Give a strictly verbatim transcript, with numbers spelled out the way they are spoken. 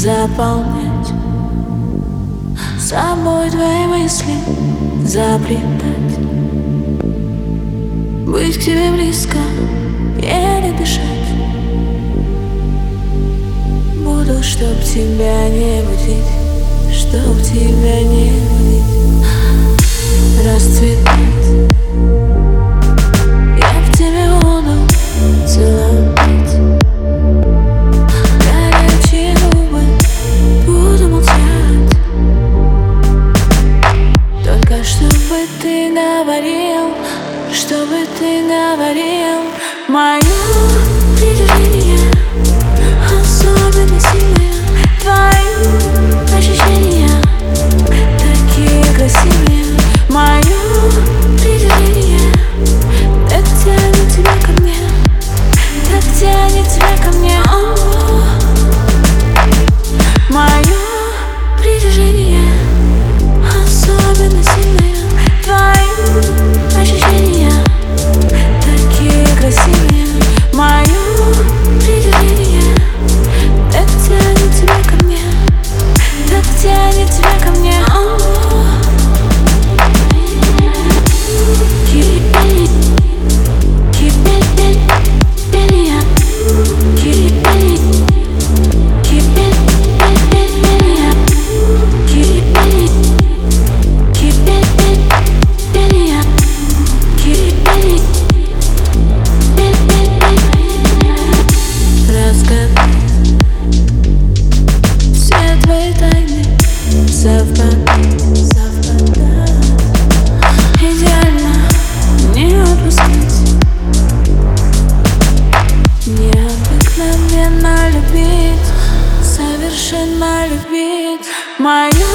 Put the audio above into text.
заполнять собой твои мысли, заплетать, быть к тебе близко, еле дышать. Буду, чтоб тебя не будить, чтоб тебя не будить, расцветать. Я в тебе буду целовать горячие губы, буду молчать. Только чтобы ты говорил, чтобы ты говорил. Мое притяжение особенно сильное, твои ощущения такие красивые. Мое притяжение так тянет тебя ко мне, так тянет тебя ко мне. Мое притяжение особенно сильное, твои ощущения такие красивые. Мое притяжение так тянет тебя ко мне, так тянет тебя ко мне. Совпадать, совпадать, идеально не отпускать, необыкновенно любить, совершенно любить. Мою